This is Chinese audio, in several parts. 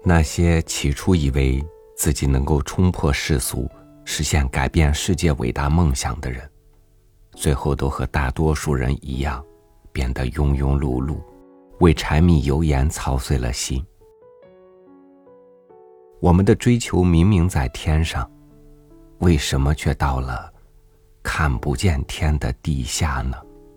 那些起初以为自己能够冲破世俗，实现改变世界伟大梦想的人，最后都和大多数人一样，变得庸庸碌碌，为柴米油盐操碎了心。我们的追求明明在天上，为什么却到了看不见天的地下呢？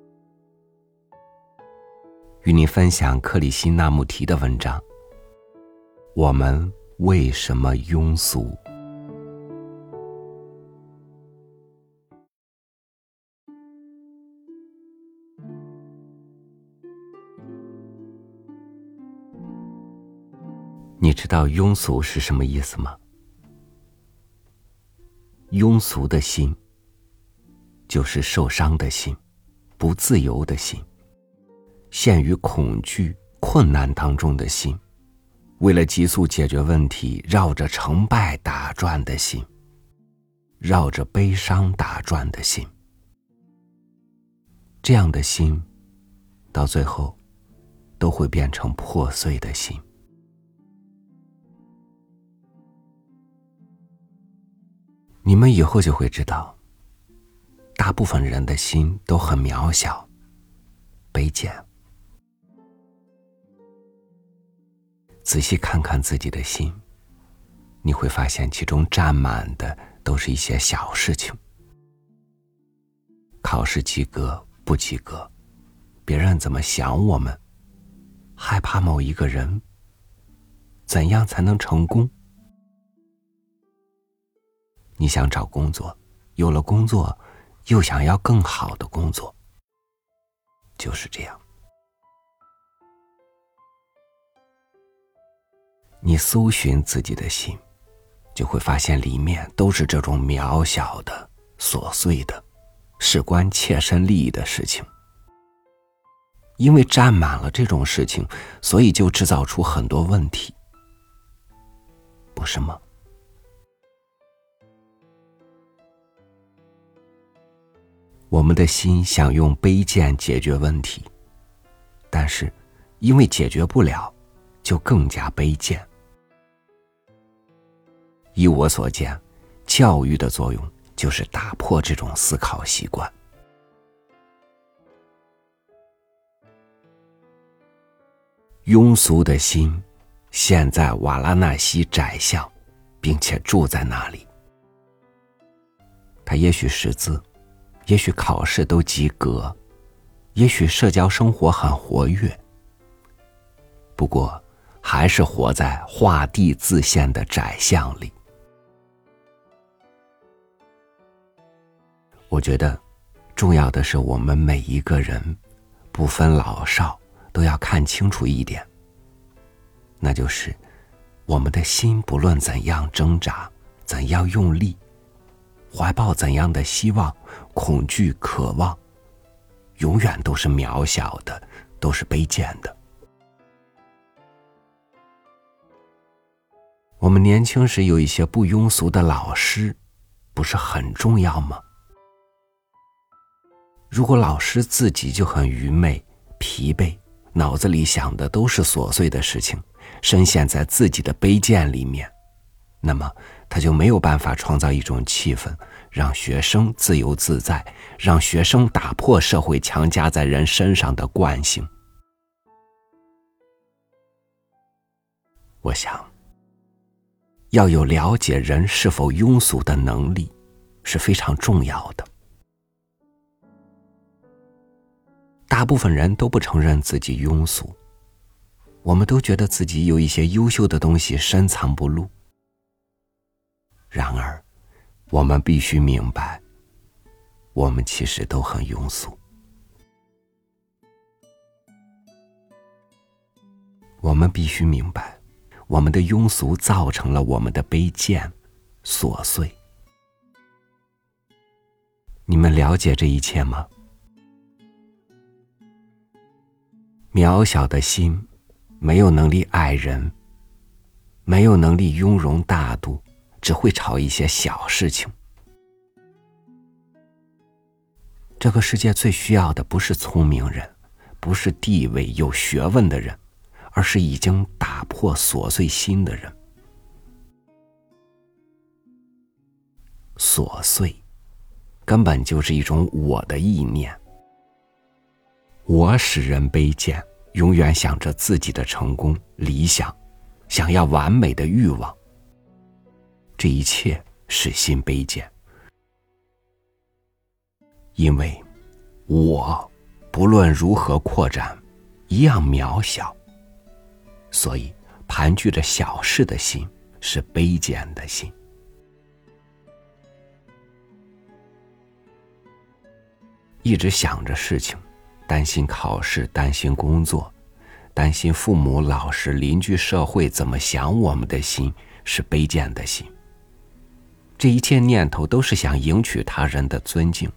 与您分享克里希那穆提的文章，我们为什么庸俗？你知道庸俗是什么意思吗？庸俗的心，就是受伤的心，不自由的心，陷于恐惧、困难当中的心，为了急速解决问题，绕着成败打转的心，绕着悲伤打转的心。这样的心，到最后都会变成破碎的心。你们以后就会知道，大部分人的心都很渺小、卑贱。仔细看看自己的心，你会发现其中占满的都是一些小事情。考试及格不及格，别人怎么想我们，害怕某一个人，怎样才能成功？你想找工作，有了工作，又想要更好的工作，就是这样。你搜寻自己的心，就会发现里面都是这种渺小的、琐碎的、事关切身利益的事情。因为占满了这种事情，所以就制造出很多问题，不是吗？我们的心想用卑贱解决问题，但是因为解决不了，就更加卑贱。依我所见，教育的作用就是打破这种思考习惯。庸俗的心陷在瓦拉纳西窄巷，并且住在那里。他也许识字，也许考试都及格，也许社交生活很活跃，不过还是活在画地自限的窄巷里。我觉得重要的是，我们每一个人不分老少都要看清楚一点，那就是我们的心不论怎样挣扎，怎样用力，怀抱怎样的希望、恐惧、渴望，永远都是渺小的，都是卑贱的。我们年轻时有一些不庸俗的老师，不是很重要吗？如果老师自己就很愚昧、疲惫，脑子里想的都是琐碎的事情，深陷在自己的卑贱里面，那么他就没有办法创造一种气氛，让学生自由自在，让学生打破社会强加在人身上的惯性。我想，要有了解人是否庸俗的能力，是非常重要的。大部分人都不承认自己庸俗，我们都觉得自己有一些优秀的东西深藏不露。然而，我们必须明白，我们其实都很庸俗。我们必须明白，我们的庸俗造成了我们的卑贱、琐碎。你们了解这一切吗？渺小的心，没有能力爱人，没有能力雍容大度，只会吵一些小事情。这个世界最需要的不是聪明人，不是地位有学问的人， 而是已经打破琐碎心的人。琐碎根本就是一种我的意念，我使人卑贱，永远想着自己的成功、理想，想要完美的欲望，这一切使心卑贱。因为我不论如何扩展，一样渺小，所以盘踞着小事的心是卑贱的心。一直想着事情，担心考试，担心工作，担心父母、老师、邻居、社会怎么想我们的心是卑贱的心。这一切念头都是想赢取他人的尊敬。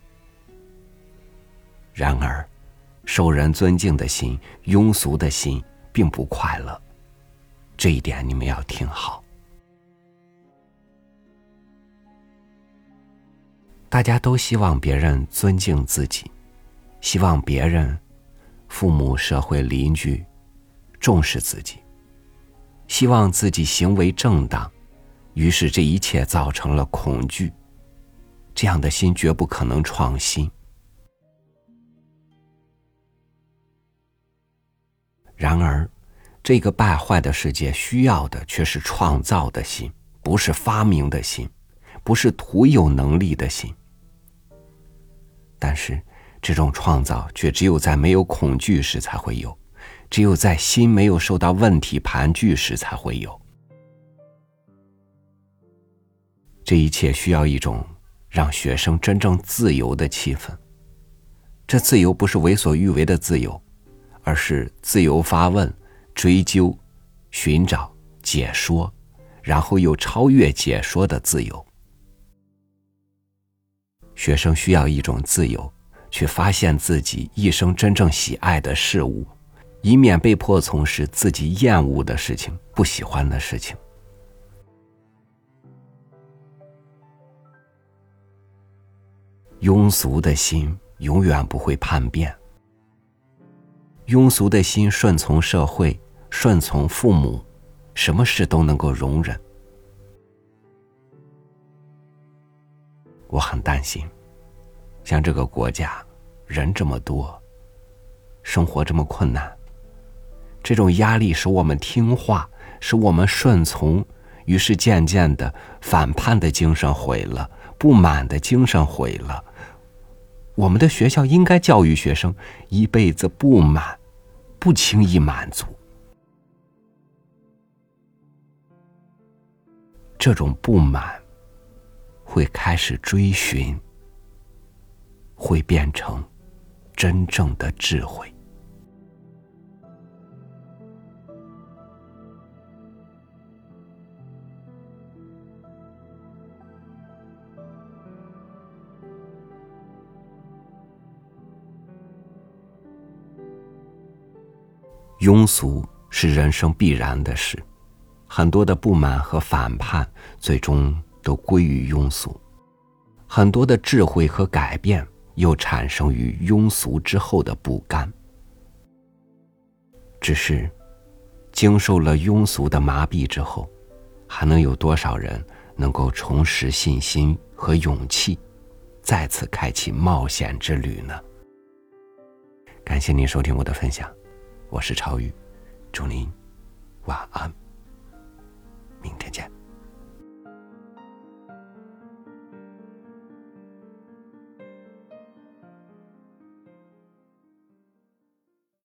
然而受人尊敬的心、庸俗的心并不快乐，这一点你们要听好。大家都希望别人尊敬自己，希望别人父母、社会、邻居重视自己，希望自己行为正当，于是这一切造成了恐惧。这样的心绝不可能创新。然而这个败坏的世界需要的却是创造的心，不是发明的心，不是徒有能力的心。但是这种创造却只有在没有恐惧时才会有，只有在心没有受到问题盘踞时才会有。这一切需要一种让学生真正自由的气氛。这自由不是为所欲为的自由，而是自由发问、追究、寻找、解说，然后又超越解说的自由。学生需要一种自由，去发现自己一生真正喜爱的事物，以免被迫从事自己厌恶的事情、不喜欢的事情。庸俗的心永远不会叛变，庸俗的心顺从社会，顺从父母，什么事都能够容忍。我很担心，像这个国家人这么多，生活这么困难，这种压力使我们听话，使我们顺从，于是渐渐的反叛的精神毁了，不满的精神毁了。我们的学校应该教育学生一辈子不满，不轻易满足。这种不满会开始追寻，会变成真正的智慧。庸俗是人生必然的事，很多的不满和反叛最终都归于庸俗，很多的智慧和改变又产生于庸俗之后的不甘。只是经受了庸俗的麻痹之后，还能有多少人能够重拾信心和勇气，再次开启冒险之旅呢？感谢您收听我的分享，我是超宇，祝您